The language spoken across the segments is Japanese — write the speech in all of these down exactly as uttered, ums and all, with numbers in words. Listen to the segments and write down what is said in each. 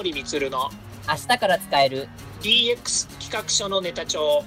森充の明日から使えるディーエックス 企画書のネタ帳。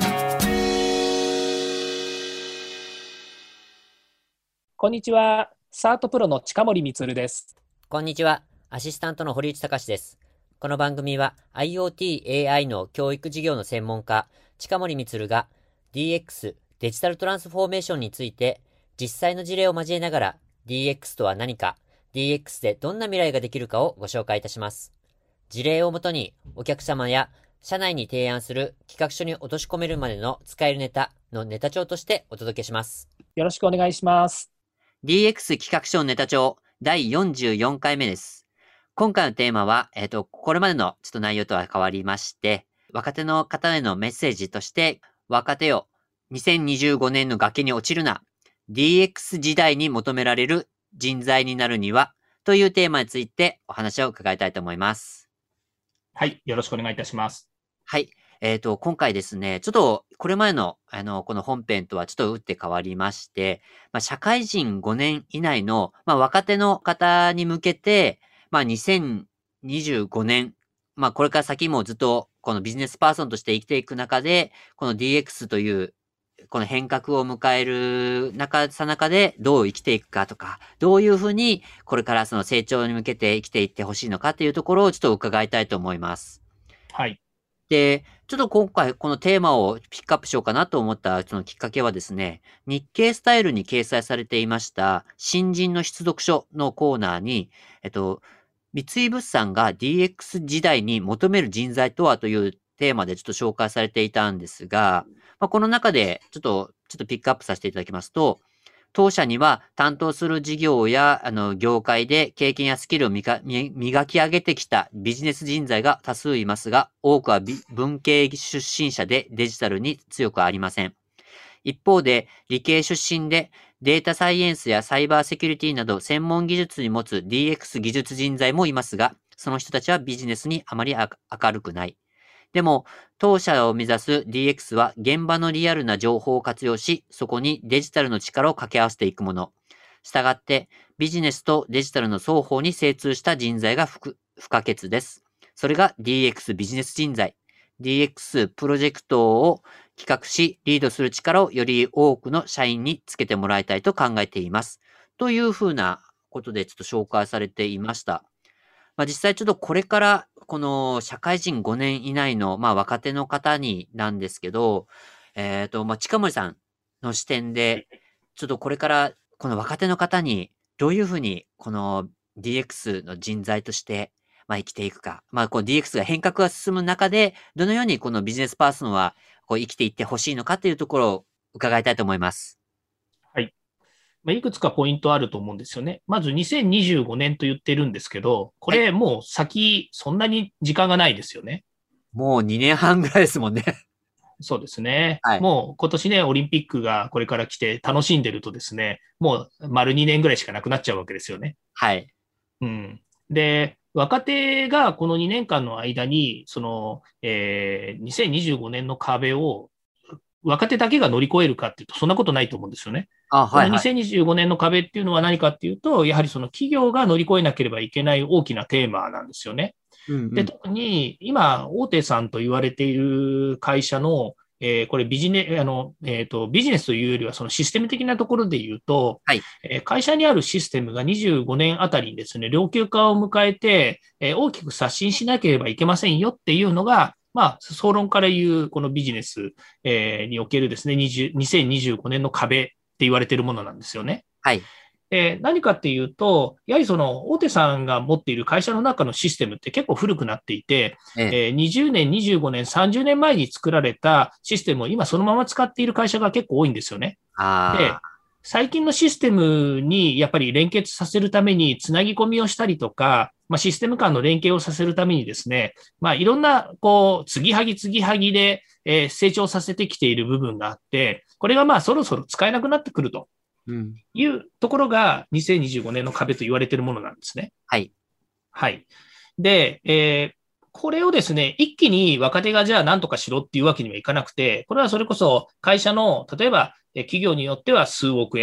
こんにちは、サートプロの近森充です。 こんにちは、アシスタントの堀内隆です。この番組は IoT、エーアイ の教育事業の専門家、近森充が ディーエックス、デジタルトランスフォーメーションについて実際の事例を交えながら ディーエックス とは何か、ディーエックス でどんな未来ができるかをご紹介いたします。事例をもとにお客様や社内に提案する企画書に落とし込めるまでの使えるネタのネタ帳としてお届けします。 よろしくお願いします。 ディーエックス 企画書のネタ帳だいよんじゅうよんかいめです。今回のテーマは、えっと、これまでのちょっと内容とは変わりまして、若手の方へのメッセージとして、若手よ、にせんにじゅうごねんの崖に落ちるな、ディーエックス 時代に求められる人材になるには、というテーマについてお話を伺いたいと思います。 はい、よろしくお願いいたします。 はい。えっと、今回ですね、ちょっとこれまでの、あの、この本編とはちょっと打って変わりまして、まあ、社会人ごねん以内の、まあ、若手の方に向けて、まあ、にせんにじゅうごねん、まあ、これから先もずっとこのビジネスパーソンとして生きていく中で、この ディーエックス という、この変革を迎える中、さなかでどう生きていくかとか、どういうふうにこれからその成長に向けて生きていってほしいのかというところをちょっと伺いたいと思います。 はい。 で、ちょっと今回このテーマをピックアップしようかなと思ったそのきっかけはですね、日経スタイルに掲載されていました新人の出読書のコーナーに、えっと、三井物産が ディーエックス 時代に求める人材とはというテーマでちょっと紹介されていたんですが、まあ、この中でちょっと、ちょっとピックアップさせていただきますと、当社には担当する事業やあの業界で経験やスキルを磨き上げてきたビジネス人材が多数いますが、多くは文系出身者でデジタルに強くありません。一方で理系出身でデータサイエンスやサイバーセキュリティなど専門技術に持つ ディーエックス 技術人材もいますが、その人たちはビジネスにあまり明るくない。でも、当社を目指す ディーエックス は現場のリアルな情報を活用し、そこにデジタルの力を掛け合わせていくもの。したがって、ビジネスとデジタルの双方に精通した人材が不可欠です。それが ディーエックス ビジネス人材。ディーエックス プロジェクトを企画し、リードする力をより多くの社員につけてもらいたいと考えています。というふうなことでちょっと紹介されていました。まあ、実際ちょっとこれからこの社会人ごねん以内のまあ若手の方になんですけど、えっと、まあ、近森さんの視点で、ちょっとこれからこの若手の方にどういうふうにこの ディーエックス の人材としてまあ生きていくか、まあこう ディーエックス が変革が進む中で、どのようにこのビジネスパーソンはこう生きていってほしいのかというところを伺いたいと思います。 はい。まあ、いくつかポイントあると思うんですよね。まずにせんにじゅうごねんと言ってるんですけど、こはい。 れもう先、そんなに時間がないですよね。 もうにねんはんぐらいですもんね。 そうですね。 はい。 もう今年ね、オリンピックがこれから来て楽しんでるとですね、もう丸にねんぐらいしかなくなっちゃうわけですよね。 はい。 うん。で、若手がこのにねんかんの間に、その、えー、にせんにじゅうごねんの壁を若手だけが乗り越えるかっていうと、そんなことないと思うんですよね。 あ、 このはいはい。 にせんにじゅうごねんの壁っていうのは何かっていうと、やはりその企業が乗り越えなければいけない大きなテーマなんですよね。で、 うんうん。 特に今、大手さんと言われている会社の、えーこれビジネ、あの、えっと、ビジネスというよりは、そのシステム的なところで言うと、 はい。 えー会社にあるシステムがにじゅうごねんあたりにですね、老朽化を迎えて、えー大きく刷新しなければいけませんよっていうのが、まあ、総論から言う、このビジネス、えーにおけるですね、にじゅうにせんにじゅうごねんの壁って言われているものなんですよね。 はい。 えー何かっていうと、やはりその大手さんが持っている会社の中のシステムって結構古くなっていて、 ええ。 えーにじゅうねん、にじゅうごねん、さんじゅうねんまえに作られたシステムを今そのまま使っている会社が結構多いんですよね。で、 ああ。 最近のシステムにやっぱり連結させるためにつなぎ込みをしたりとか、まあ、システム間の連携をさせるためにですね、まあ、いろんな、こう、継ぎはぎ継ぎはぎで、えー成長させてきている部分があって、これがまあそろそろ使えなくなってくると。 うん。 いうところがにせんにじゅうごねんの壁と言われているものなんですね。 はい。 はい。で、えーこれをですね、一気に若手がじゃあ何とかしろっていうわけにはいかなくて、これはそれこそ会社の、例えば企業によっては数億円、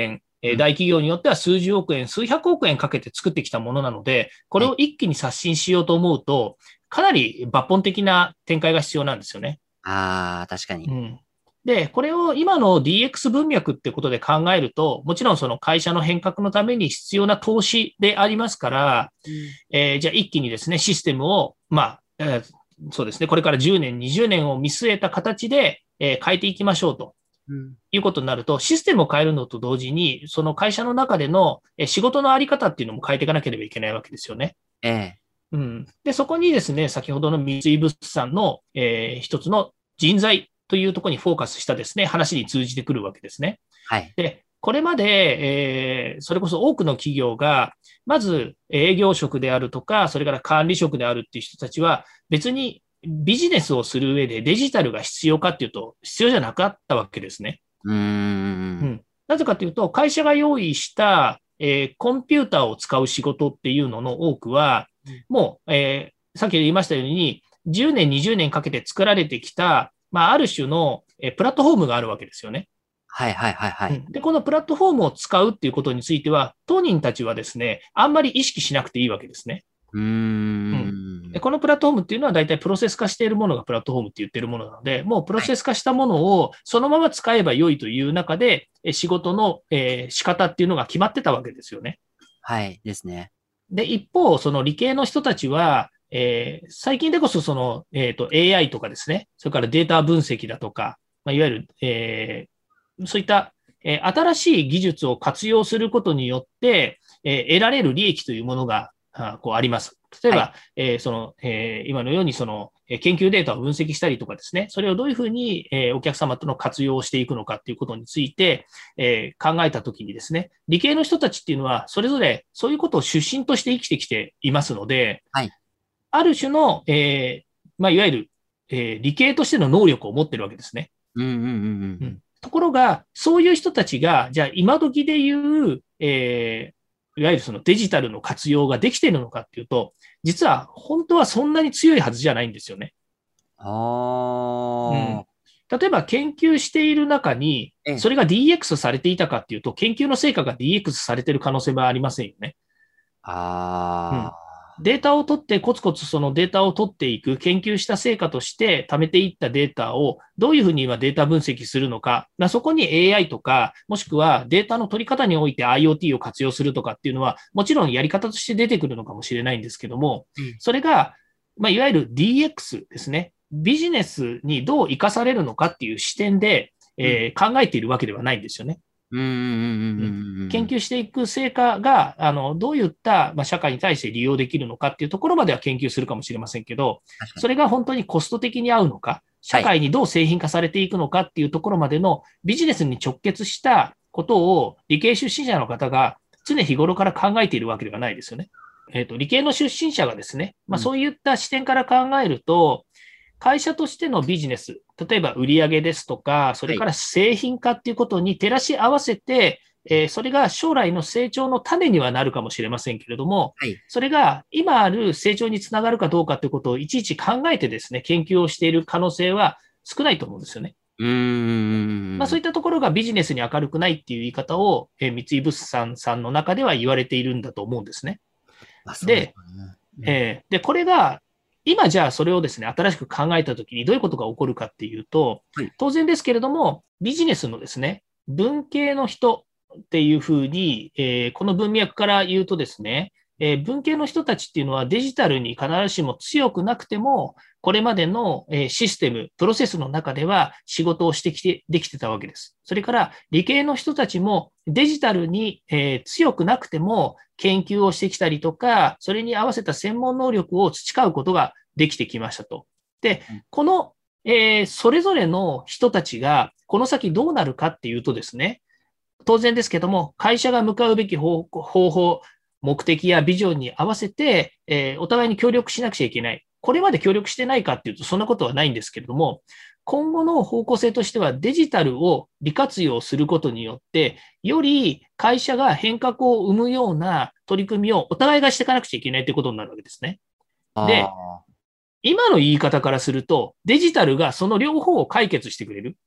えー大企業によっては数十億円、数百億円かけて作ってきたものなので、これを一気に刷新しようと思うと、かなり抜本的な展開が必要なんですよね。 ああ、確かに。 うん。で、これを今の ディーエックス 文脈ってことで考えると、もちろんその会社の変革のために必要な投資でありますから、 うん、 えーじゃあ一気にですね、システムを、まあ、えーそうですね、これからじゅうねん、にじゅうねんを見据えた形で、えー変えていきましょうとうん、 いうことになると、システムを変えるのと同時に、その会社の中でのえー仕事のあり方っていうのも変えていかなければいけないわけですよね。 ええ、 うん。で、そこにですね、先ほどの三井物産の、えー一つの人材というところにフォーカスしたですね、話に通じてくるわけですね。 はい。 で、これまで、えーそれこそ多くの企業が、まず営業職であるとか、それから管理職であるっていう人たちは、別にビジネスをする上でデジタルが必要かっていうと、必要じゃなかったわけですね。 うーん。 うん。なぜかというと、会社が用意した、えーコンピューターを使う仕事っていうのの多くは、もう、えーさっき言いましたように、じゅうねん、にじゅうねんかけて作られてきた、まあ、ある種の、えープラットフォームがあるわけですよね。 はいはいはいはい。 うん、で、このプラットフォームを使うっていうことについては、当人たちはですね、あんまり意識しなくていいわけですね。 うーうん。で、 ん。 このプラットフォームっていうのは大体プロセス化しているものがプラットフォームって言ってるものなので、もうプロはい。 セス化したものをそのまま使えば良いという中で、え仕事の、えー仕方っていうのが決まってたわけですよね。 はいですね。 で、一方、その理系の人たちは、えー最近でこそその、えっと、エーアイ とかですね、それからデータ分析だとか、まあ、いわゆる、えーそういった、えー新しい技術を活用することによって、えー得られる利益というものが、あこうあります。例えはい。 ば、えーその、えー今のようにその、えー研究データを分析したりとかですね、それをどういうふうに、えーお客様との活用をしていくのかっていうことについて、えー考えたときにですね、理系の人たちっていうのは、それぞれそういうことを出身として生きてきていますので、 はい。 ある種の、えーまあ、いわゆる、えー理系としての能力を持ってるわけですね。 うんうんうんうんううん、 ん。 ところが、そういう人たちが、じゃあ今時で言う、えーいわゆるそのデジタルの活用ができているのかっていうと、実は本当はそんなに強いはずじゃないんですよね。うん。 ああ。 例えば研究している中に、 ええ。 それが ディーエックス されていたかっていうと、研究の成果が ディーエックス されている可能性はありませんよね。うん。 ああ。 データを取って、コツコツそのデータを取っていく、研究した成果として貯めていったデータをどういうふうに今データ分析するのか、そこに エーアイ とか、もしくはデータの取り方において IoT を活用するとかっていうのは、もちろんやり方として出てくるのかもしれないんですけども、 うん。 それが、まあ、いわゆる ディーエックス ですね。ビジネスにどう生かされるのかっていう視点で、 うん。 えー考えているわけではないんですよね。 うんうんうんうんうん、 うんうんうん。 研究していく成果が、あの、どういった、まあ、社会に対して利用できるのかっていうところまでは研究するかもしれませんけど、 確かに。 それが本当にコスト的に合うのか、社はい。 会にどう製品化されていくのかっていうところまでのビジネスに直結したことを理系出身者の方が常日頃から考えているわけではないですよね。えっ、と、理系の出身者がですね、まあ、 うん。 そういった視点から考えると、会社としてのビジネス、例えば売上ですとか、そはい。 れから製品化っていうことに照らし合わせて、えーそれが将来の成長の種にはなるかもしれませんけれども、 はい。 それが今ある成長につながるかどうかということをいちいち考えてですね、研究をしている可能性は少ないと思うんですよね。 うーまあ、そういん。 ったところがビジネスに明るくないっていう言い方を、えー三井物産さんの中では言われているんだと思うんですね。 ま、そうですで、 よね。うん。 えーで、これが、今じゃあそれをですね、新しく考えたときにどういうことが起こるかっていうと、 はい。 当然ですけれども、ビジネスのですね、文系の人っていうふうに、えーこの文脈から言うとですね、えー文系の人たちっていうのはデジタルに必ずしも強くなくても、これまでのえーシステム、プロセスの中では仕事をしてきて、できてたわけです。それから理系の人たちもデジタルにえー強くなくても研究をしてきたりとか、それに合わせた専門能力を培うことができてきましたと。で、 うん。 この、えーそれぞれの人たちがこの先どうなるかっていうとですね、当然ですけども、会社が向かうべき方法、目的やビジョンに合わせて、えーお互いに協力しなくちゃいけない。これまで協力してないかっていうと、そんなことはないんですけれども、今後の方向性としてはデジタルを利活用することによって、より会社が変革を生むような取り組みをお互いがしていかなくちゃいけないということになるわけですね。 あで、今の言い方からすると、デジタルがその両方を解決してくれる。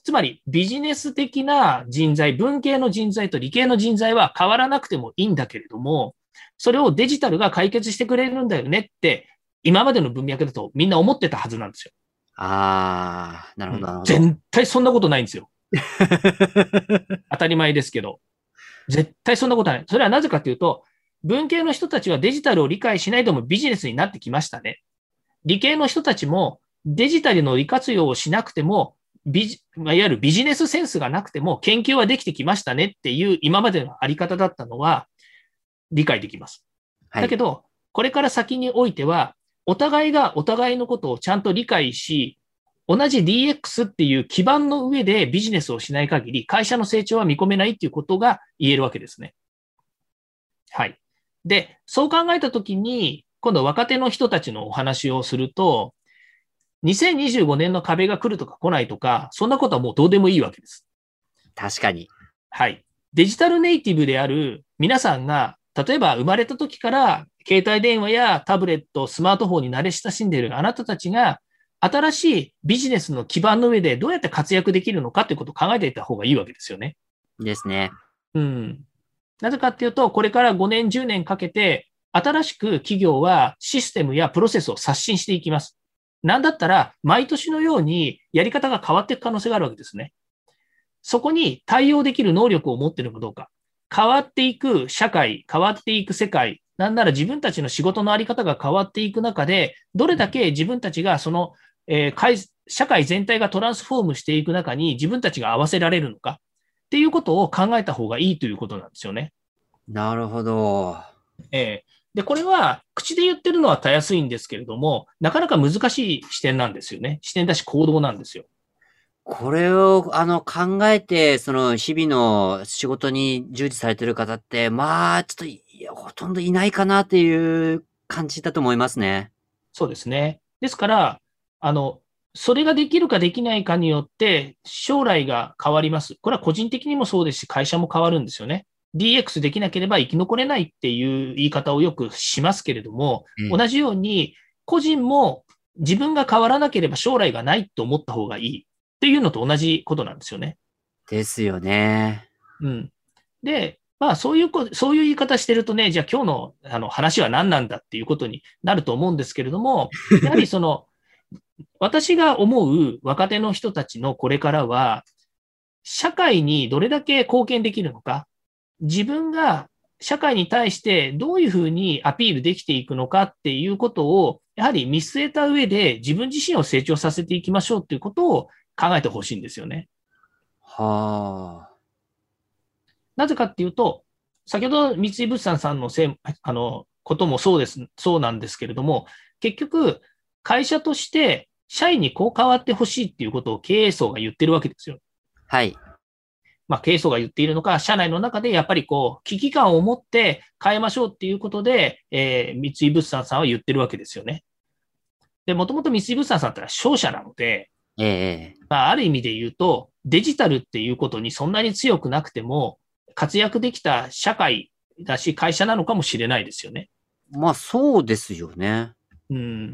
つまりビジネス的な人材、文系の人材と理系の人材は変わらなくてもいいんだけれども、それをデジタルが解決してくれるんだよねって、今までの文脈だとみんな思ってたはずなんですよ。 ああ、なるほど、なるほど。 絶対そんなことないんですよ。当たり前ですけど。絶対そんなことない。それはなぜかというと、文系の人たちはデジタルを理解しないでもビジネスになってきましたね。理系の人たちもデジタルの利活用をしなくても、ビジいわゆるビジネスセンスがなくても研究はできてきましたねっていう今までのあり方だったのは理解できます。 はい。 だけど、これから先においては、お互いがお互いのことをちゃんと理解し、同じ ディーエックス っていう基盤の上でビジネスをしない限り、会社の成長は見込めないっていうことが言えるわけですね。はい。で、そう考えたときに、今度若手の人たちのお話をすると、にせんにじゅうごねんの壁が来るとか来ないとか、そんなことはもうどうでもいいわけです。 確かに。 はい。デジタルネイティブである皆さんが、例えば生まれた時から携帯電話やタブレット、スマートフォンに慣れ親しんでいるあなたたちが、新しいビジネスの基盤の上でどうやって活躍できるのかということを考えていた方がいいわけですよね。 ですね。 うん。なぜかっていうと、これからごねん、じゅうねんかけて、新しく企業はシステムやプロセスを刷新していきます。なんだったら、毎年のようにやり方が変わっていく可能性があるわけですね。そこに対応できる能力を持っているかどうか。変わっていく社会、変わっていく世界、なんなら自分たちの仕事のあり方が変わっていく中で、どれだけ自分たちがその、えー、社会全体がトランスフォームしていく中に自分たちが合わせられるのかっていうことを考えた方がいいということなんですよね。 なるほど。 えーで、これは口で言ってるのはたやすいんですけれども、なかなか難しい視点なんですよね。視点だし行動なんですよ。 これを、あの、考えて、その、日々の仕事に従事されてる方って、まあ、ちょっといや、ほとんどいないかなっていう感じだと思いますね。 そうですね。ですから、あの、それができるかできないかによって将来が変わります。これは個人的にもそうですし、会社も変わるんですよね。ディーエックス できなければ生き残れないっていう言い方をよくしますけれども、 ええ。 同じように個人も自分が変わらなければ将来がないと思った方がいいっていうのと同じことなんですよね。 ですよね。 うん。で、まあそういうこ、そういう言い方してるとね、じゃあ今日のあの話は何なんだっていうことになると思うんですけれども、やはりその、私が思う若手の人たちのこれからは、社会にどれだけ貢献できるのか、自分が社会に対してどういうふうにアピールできていくのかっていうことを、やはり見据えた上で自分自身を成長させていきましょうっていうことを考えてほしいんですよね。 はあ。 なぜかっていうと、先ほど三井物産さんのせいあのこともそうです、そうなんですけれども、結局、会社として社員にこう変わってほしいっていうことを経営層が言ってるわけですよ。 はい。 まあ、経営層が言っているのか、社内の中でやっぱりこう危機感を持って変えましょうっていうことで、えー、三井物産さんは言ってるわけですよね。で、もともと三井物産さんってのは商社なので、 ええ、ええ。 まあ、ある意味で言うと、デジタルっていうことにそんなに強くなくても、活躍できた社会だし、会社なのかもしれないですよね。 まあ、そうですよね。 うん。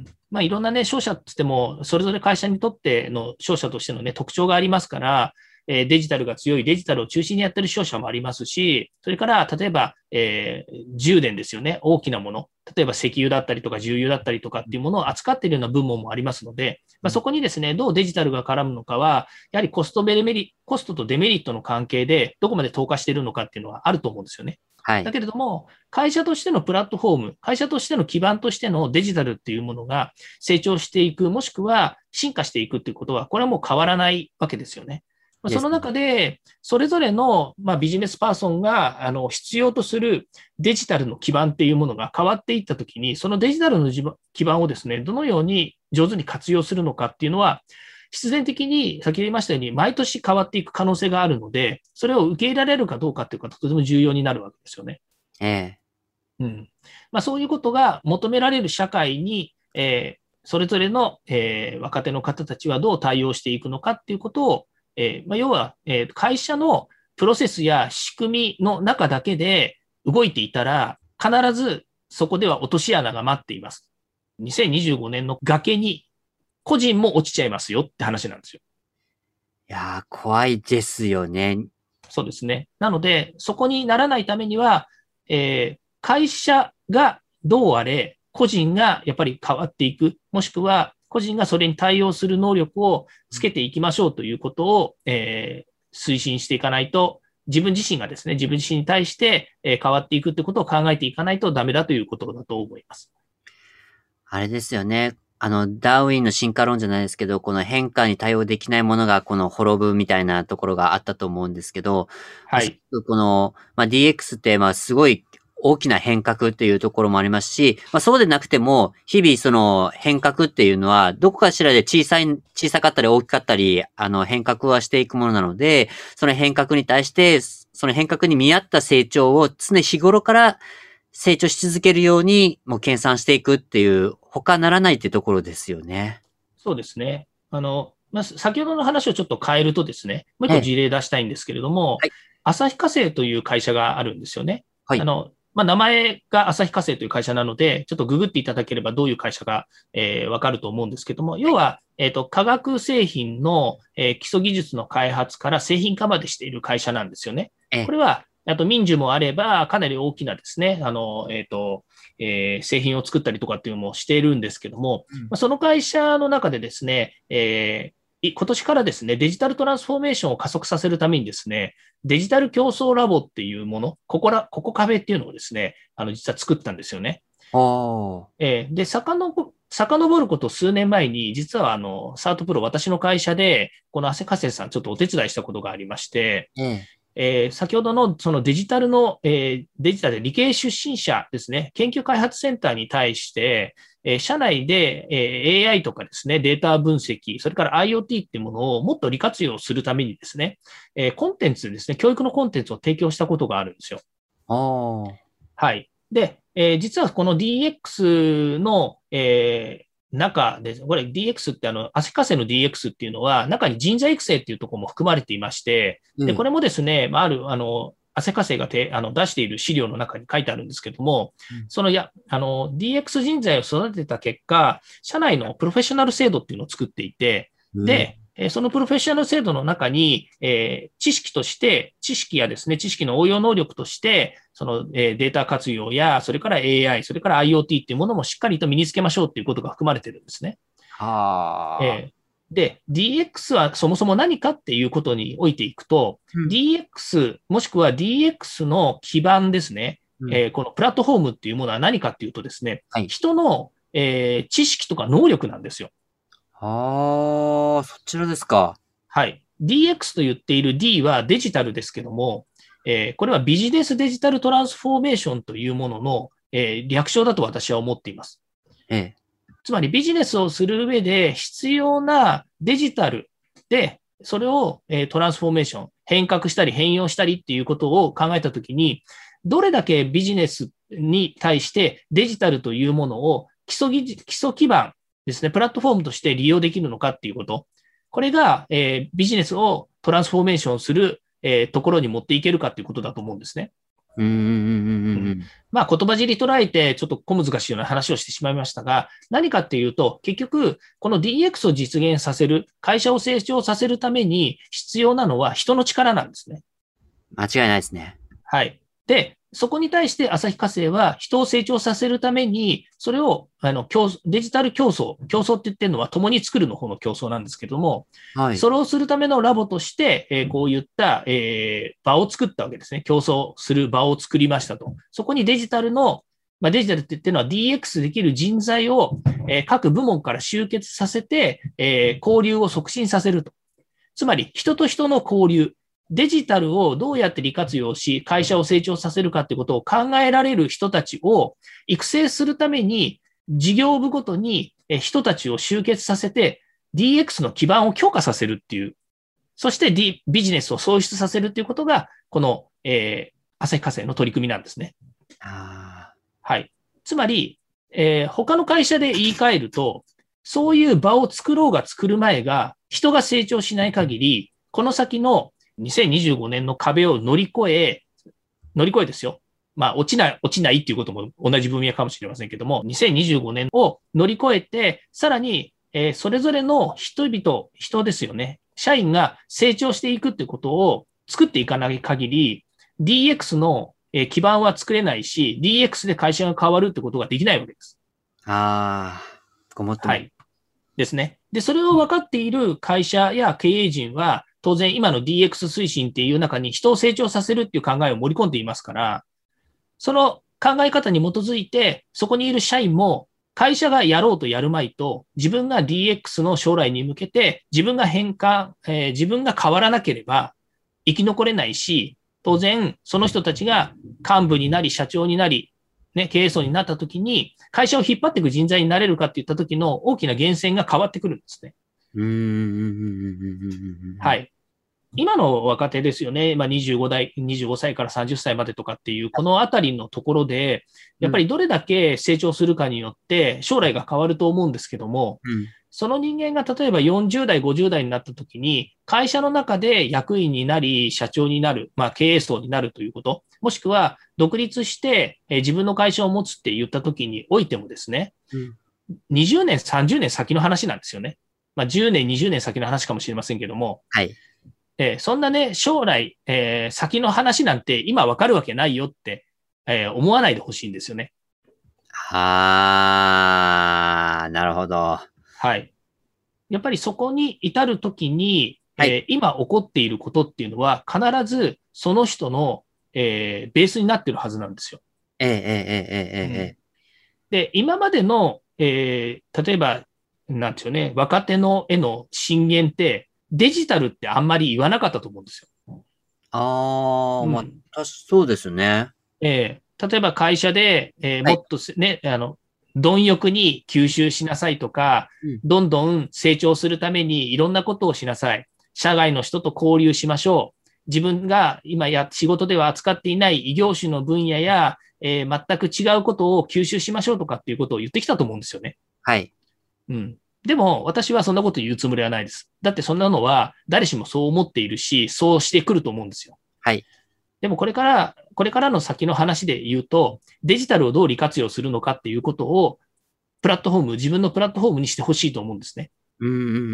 まあ、いろんなね、商社って言っても、それぞれ会社にとっての商社としてのね、特徴がありますから、えーデジタルが強いデジタルを中心にやってる商社もありますし、それから、例えば、えー充電ですよね。大きなもの。例えば石油だったりとか重油だったりとかっていうものを扱っているような部門もありますので、まあ、そこにですね、どうデジタルが絡むのかは、やはりコストデメリ、コストとデメリットの関係で、どこまで投下しているのかっていうのはあると思うんですよね。だはい。 けれども、会社としてのプラットフォーム、会社としての基盤としてのデジタルっていうものが成長していく、もしくは進化していくっていうことは、これはもう変わらないわけですよね。 ですね。 その中で、それぞれの、まあ、ビジネスパーソンがあの必要とするデジタルの基盤っていうものが変わっていったときに、そのデジタルの基盤をですね、どのように上手に活用するのかっていうのは、必然的に、先ほど言いましたように、毎年変わっていく可能性があるので、それを受け入れられるかどうかっていうことがとても重要になるわけですよね。 ええ。 うんまあ、そういうことが求められる社会に、えーそれぞれの、えー若手の方たちはどう対応していくのかっていうことを、えーまあ、要は、えー会社のプロセスや仕組みの中だけで動いていたら、必ずそこでは落とし穴が待っています。にせんにじゅうごねんの崖に個人も落ちちゃいますよって話なんですよ。 いやー、怖いですよね。 そうですね。なので、そこにならないためには、えー会社がどうあれ、個人がやっぱり変わっていく、もしくは個人がそれに対応する能力をつけていきましょうということを、えー推進していかないと、自分自身がですね、自分自身に対して、えー変わっていくってことを考えていかないとダメだということだと思います。 あれですよね。あの、ダーウィンの進化論じゃないですけど、この変化に対応できないものがこの滅ぶみたいなところがあったと思うんですけど、おそはい。 らくこの、まあ、ディーエックス ってまあすごい大きな変革っていうところもありますし、まあ、そうでなくても、日々その変革っていうのは、どこかしらで小さい、小さかったり大きかったり、あの変革はしていくものなので、その変革に対して、その変革に見合った成長を常日頃から成長し続けるように、もう計算していくっていう、他ならないっていうところですよね。 そうですね。あの、まあ、先ほどの話をちょっと変えるとですね、もう一ええ。 個事例出したいんですけれども、 はい。 旭化成という会社があるんですよね。 はい。 あの、まあ、名前が旭化成という会社なので、ちょっとググっていただければどういう会社か、えーわかると思うんですけども、要は、えっと、化学製品の、えー基礎技術の開発から製品化までしている会社なんですよね。 ええ。 これは、あと民需もあれば、かなり大きなですね、あの、えっと、えー製品を作ったりとかっていうのもしているんですけども、 うん。 その会社の中でですね、えー今年からですね、デジタルトランスフォーメーションを加速させるためにですね、デジタル競争ラボっていうもの、ここら、ここ壁っていうのをですね、あの、実は作ったんですよね。 ああ。 えーで、遡、遡ること数年前に、実はあの、サートプロ、私の会社で、この汗かせさん、ちょっとお手伝いしたことがありまして、 ええ。 えー先ほどのそのデジタルの、えーデジタルで理系出身者ですね、研究開発センターに対して、えー社内で、えー エーアイ とかですね、データ分析、それから IoT っていうものをもっと利活用するためにですね、えーコンテンツですね、教育のコンテンツを提供したことがあるんですよ。 ああ。 はい。で、えー実はこの ディーエックス の、えー中で、これ ディーエックス ってあの、旭化成の ディーエックス っていうのは、中に人材育成っていうところも含まれていまして、で、こええ。 れもですね、まあ、ある、あの、旭化成がてあの出している資料の中に書いてあるんですけども、 うん。 そのや、あの、ディーエックス 人材を育てた結果、社内のプロフェッショナル制度っていうのを作っていて、 ええ。 で、えーそのプロフェッショナル制度の中に、えー知識として、知識やですね、知識の応用能力として、その、えーデータ活用や、それから エーアイ、それから IoT っていうものもしっかりと身につけましょうっていうことが含まれてるんですね。 はあ。 えーで、ディーエックス はそもそも何かっていうことにおいていくと、 うん。 ディーエックス もしくは ディーエックス の基盤ですね、 うん。 えーこのプラットフォームっていうものは何かっていうとですね、 はい。 人の、えー知識とか能力なんですよ。 はあ、そちらですか。 はい。ディーエックス と言っている D はデジタルですけども、えーこれはビジネスデジタルトランスフォーメーションというものの、えー略称だと私は思っています。 ええ。 つまりビジネスをする上で必要なデジタルで、それを、えートランスフォーメーション、変革したり変容したりっていうことを考えたときに、どれだけビジネスに対してデジタルというものを基礎技基礎基盤ですね、プラットフォームとして利用できるのかっていうこと。これが、えービジネスをトランスフォーメーションする、えーところに持っていけるかっていうことだと思うんですね。 うんうんうんううん。 んうん。 まあ、言葉尻捉えて、ちょっと小難しいような話をしてしまいましたが、何かっていうと、結局、この ディーエックス を実現させる、会社を成長させるために必要なのは人の力なんですね。 間違いないですね。 はい。で、そこに対して旭化成は人を成長させるために、それをあの競デジタル競争、競争って言ってるのは共に作るの方の競争なんですけども、 はい。 それをするためのラボとして、えーこういった、えー場を作ったわけですね。競争する場を作りましたと。そこにデジタルの、まあ、デジタルって言ってるのは ディーエックス できる人材を、えー各部門から集結させて、えー交流を促進させると。つまり、人と人の交流、デジタルをどうやって利活用し、会社を成長させるかってことを考えられる人たちを育成するために、事業部ごとに人たちを集結させて、ディーエックス の基盤を強化させるっていう、そして、D、ビジネスを創出させるっていうことが、この、えー、旭化成の取り組みなんですね。 あはい。つまり、えー他の会社で言い換えると、そういう場を作ろうが作る前が、人が成長しない限り、この先のにせんにじゅうごねんの壁を乗り越え、乗り越えですよ。まあ、落ちない、落ちないっていうことも同じ分野かもしれませんけども、にせんにじゅうごねんを乗り越えて、さらに、えーそれぞれの人々、人ですよね。 社員が成長していくってことを作っていかない限り、ディーエックス の基盤は作れないし、ディーエックス で会社が変わるってことができないわけです。 ああ、ごもっとも。 はい。ですね。で、それを分かっている会社や経営陣は、当然今の ディーエックス 推進っていう中に人を成長させるっていう考えを盛り込んでいますから、その考え方に基づいて、そこにいる社員も会社がやろうとやるまいと、自分が ディーエックス の将来に向けて自分が変化、えー、自分が変わらなければ生き残れないし、当然その人たちが幹部になり社長になり、ね、経営層になった時に会社を引っ張っていく人材になれるかっていった時の大きな源泉が変わってくるんですね。 うーん。 はい。今の若手ですよね。まあ、にじゅうご代、にじゅうごさいからさんじゅっさいまでとかっていう、このあたりのところで、やっぱりどれだけ成長するかによって将来が変わると思うんですけども、 うん、 その人間が例えばよんじゅう代、ごじゅう代になった時に、会社の中で役員になり、社長になる、まあ、経営層になるということ、もしくは独立して自分の会社を持つって言った時においてもですね、 うん、 にじゅうねん、さんじゅうねん先の話なんですよね。まあ、じゅうねん、にじゅうねん先の話かもしれませんけども、 はい。 えー、そんなね、将来、えー、先の話なんて今わかるわけないよって、えー、思わないでほしいんですよね。 はあ、なるほど。 はい。やっぱりそこに至るときに、 はい。 えー、今起こっていることっていうのは必ずその人の、えー、ベースになってるはずなんですよ。 ええ、ええ、ええ、ええ。 で、今までの、えー、例えば、なんですよね、若手のへの進言って、デジタルってあんまり言わなかったと思うんですよ。 ああ、まあ、 うん。 たし、そうですね。 えー、例えば会社で、えー、 はい。 もっとね、あの、貪欲に吸収しなさいとか、 うん。 どんどん成長するためにいろんなことをしなさい。社外の人と交流しましょう。自分が今や仕事では扱っていない異業種の分野や、えー、全く違うことを吸収しましょうとかっていうことを言ってきたと思うんですよね。 はい。 うん。でも、私はそんなこと言うつもりはないです。だってそんなのは誰しもそう思っているし、そうしてくると思うんですよ。 はい。 でもこれから、これからの先の話で言うと、デジタルをどう利活用するのかっていうことを、プラットフォーム、自分のプラットフォームにしてほしいと思うんですね。 うん、うん、うん、うん、うん。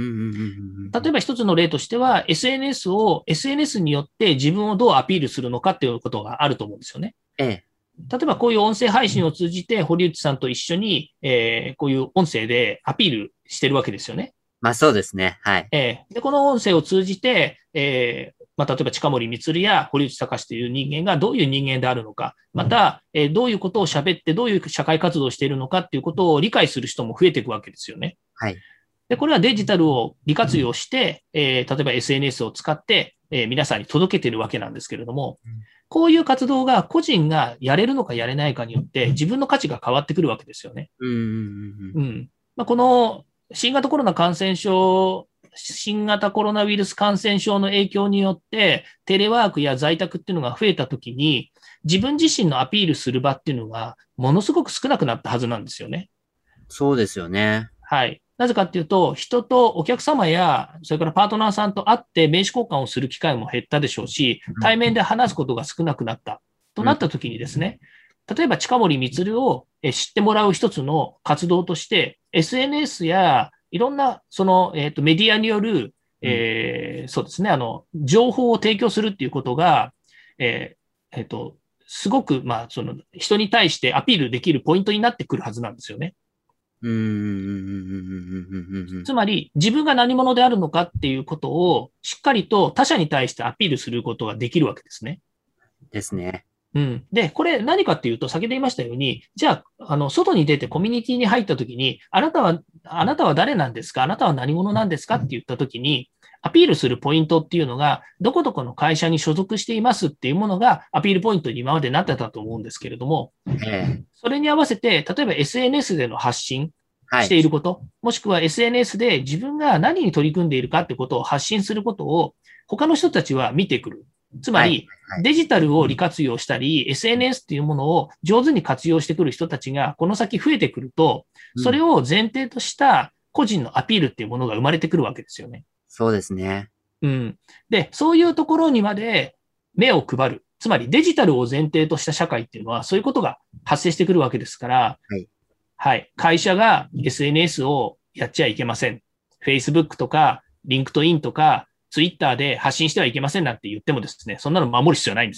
うん。 例えば一つの例としては、エスエヌエス を、エスエヌエス によって自分をどうアピールするのかっていうことがあると思うんですよね。 ええ。 例えばこういう音声配信を通じて、堀内さんと一緒に、えー、こういう音声でアピールしてるわけですよね。 まあ、そうですね。はい。 えー、で、この音声を通じて、えー、まあ、例えば近森光や堀内隆という人間がどういう人間であるのか、また、えー、どういうことを喋って、どういう社会活動をしているのかっていうことを理解する人も増えていくわけですよね。 はい。 で、これはデジタルを利活用して、えー、例えば エスエヌエス を使って、えー、皆さんに届けているわけなんですけれども、こういう活動が個人がやれるのかやれないかによって自分の価値が変わってくるわけですよね。 うん、うん、うん。 うん。まあ、この新型コロナ感染症、新型コロナウイルス感染症の影響によって、テレワークや在宅っていうのが増えたときに、自分自身のアピールする場っていうのが、ものすごく少なくなったはずなんですよね。 そうですよね。 はい。なぜかっていうと、人とお客様や、それからパートナーさんと会って名刺交換をする機会も減ったでしょうし、対面で話すことが少なくなったとうん。 なったときにですね、例えば近森光を知ってもらう一つの活動として、エスエヌエス やいろんなその、えー、とメディアによる、 うん。 えーそうですね、あの、情報を提供するっていうことが、えーえーと、すごく、まあ、その人に対してアピールできるポイントになってくるはずなんですよね。 うん、うん、うん、うん、うん。うん。 つまり、自分が何者であるのかっていうことを、しっかりと他者に対してアピールすることができるわけですね。 ですね。 うん。で、これ何かっていうと、先ほど言いましたように、じゃあ、あの、外に出てコミュニティに入ったときに、あなたは、あなたは誰なんですか、あなたは何者なんですかって言ったときに、アピールするポイントっていうのが、どこどこの会社に所属していますっていうものがアピールポイントに今までなってたと思うんですけれども、 ええ。 それに合わせて、例えば エスエヌエス での発信はい。 していること、もしくは エスエヌエス で自分が何に取り組んでいるかってことを発信することを、他の人たちは見てくる。つまはい。 り、 はい。 デジタルを利活用したり、エスエヌエス っていうものを上手に活用してくる人たちがこの先増えてくると、それうん。 を前提とした個人のアピールっていうものが生まれてくるわけですよね。 そうですね。 うん。で、そういうところにまで目を配る。つまりデジタルを前提とした社会っていうのはそういうことが発生してくるわけですから、 はい。 はい。会社が エスエヌエス をやっちゃいけません。Facebook とか、LinkedIn とか、 ツイッターで発信してはいけませんなんて言ってもですね、そんなの守る必要はないんです。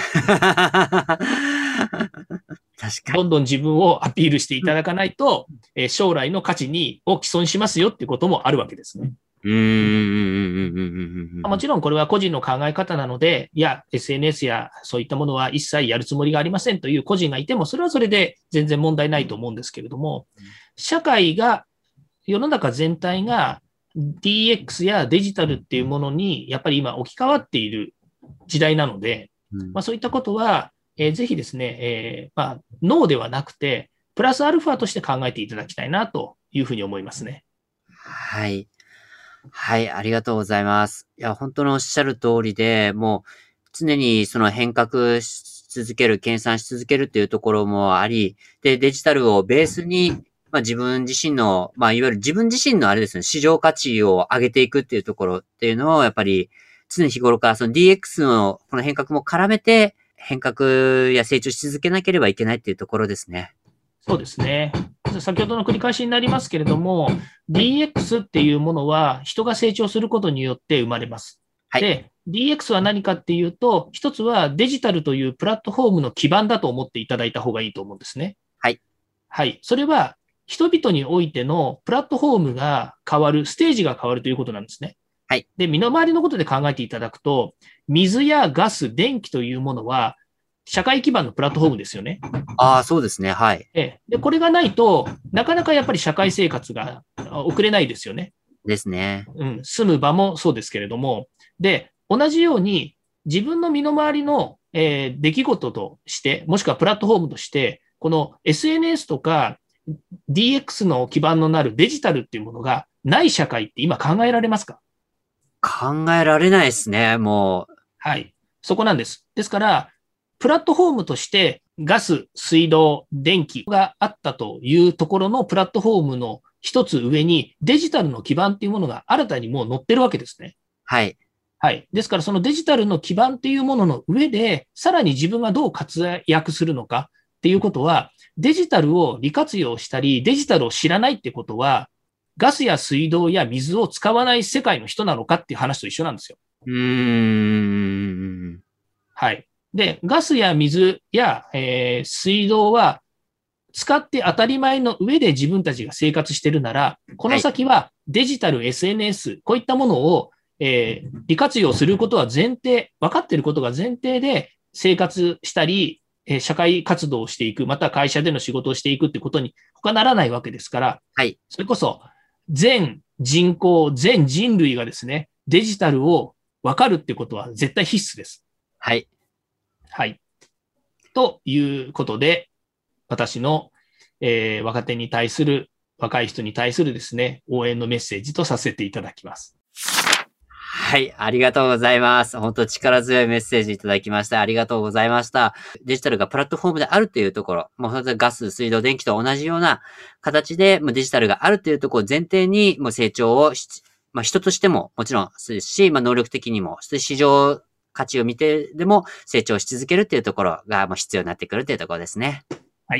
確かに。 どんどん自分をアピールしていただかないと、えー、将来の価値にを毀損しますよっていうこともあるわけですね。 うーん。 もちろんこれは個人の考え方なので、いや、エスエヌエス やそういったものは一切やるつもりがありませんという個人がいても、それはそれで全然問題ないと思うんですけれども、社会が、世の中全体が ディーエックス やデジタルっていうものにやっぱり今置き換わっている時代なので、まあ、そういったことは、えー、ぜひですね、えーまあ、ノーではなくて、プラスアルファとして考えていただきたいなというふうに思いますね。 はい。はい、ありがとうございます。いや、本当のおっしゃる通りで、もう常にその変革し続ける、計算し続けるっていうところもあり、で、デジタルをベースに、まあ自分自身の、まあいわゆる自分自身のあれですね、市場価値を上げていくっていうところっていうのを、やっぱり常日頃からその ディーエックス のこの変革も絡めて、変革や成長し続けなければいけないっていうところですね。 そうですね。先ほどの繰り返しになりますけれども、ディーエックス っていうものは人が成長することによって生まれます。 はい、 で、ディーエックス は何かっていうと、一つはデジタルというプラットフォームの基盤だと思っていただいた方がいいと思うんですね。 はい。 はい。それは人々においてのプラットフォームが変わる、ステージが変わるということなんですね。 はい。 で、身の回りのことで考えていただくと、水やガス、電気というものは、社会基盤のプラットフォームですよね。 ああ、そうですね。はい。 ええ。で、これがないと、なかなかやっぱり社会生活が送れないですよね。 ですね。 うん。住む場もそうですけれども。で、同じように、自分の身の回りの、えー、出来事として、もしくはプラットフォームとして、この エスエヌエス とか ディーエックス の基盤のなるデジタルっていうものがない社会って今考えられますか？ 考えられないですね、もう。 はい。そこなんです。ですから、プラットフォームとしてガス、水道、電気があったというところのプラットフォームの一つ上にデジタルの基盤っていうものが新たにもう載ってるわけですね。 はい。 はい。ですからそのデジタルの基盤っていうものの上で、さらに自分がどう活躍するのかっていうことは、デジタルを利活用したり、デジタルを知らないってことは、ガスや水道や水を使わない世界の人なのかっていう話と一緒なんですよ。 うーん。 はい。で、ガスや水や、えー、水道は使って当たり前の上で自分たちが生活してるなら、この先はデジタル、エスエヌエス、こういったものを、えー、利活用することは前提、分かっていることが前提で生活したり、えー、社会活動をしていく、また会社での仕事をしていくってことに他ならないわけですから、 はい。 それこそ全人口、全人類がですね、デジタルを分かるってことは絶対必須です。 はい。 はい。ということで、私の、えー、若手に対する、若い人に対するですね、応援のメッセージとさせていただきます。 はい、ありがとうございます。本当力強いメッセージいただきました。ありがとうございました。デジタルがプラットフォームであるというところ、もう本当にガス、水道、電気と同じような形で、デジタルがあるというところを前提に、もう成長をし、まあ、人としてももちろんそうですし、まあ、能力的にも、そして市場価値を見てでも成長し続けるっていうところがもう必要になってくるというところですね。 はい。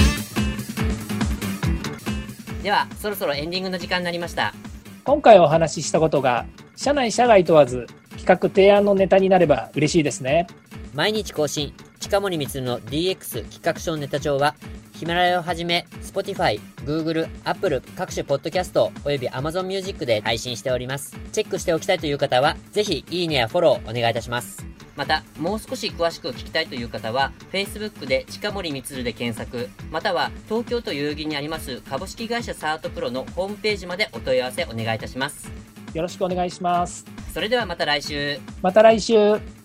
では、そろそろエンディングの時間になりました。 今回お話ししたことが、社内社外問わず企画提案のネタになれば嬉しいですね。 毎日更新、近森光の ディーエックス 企画書ネタ帳は、ヒマラヤをはじめ、Spotify、Google、Apple 各種ポッドキャストおよび Amazon Music で配信しております。チェックしておきたいという方は、ぜひいいねやフォローお願いいたします。また、もう少し詳しく聞きたいという方は、Facebook で近森光で検索、または東京都代々木にあります株式会社サートプロのホームページまでお問い合わせお願いいたします。 よろしくお願いします。 それではまた来週。 また来週。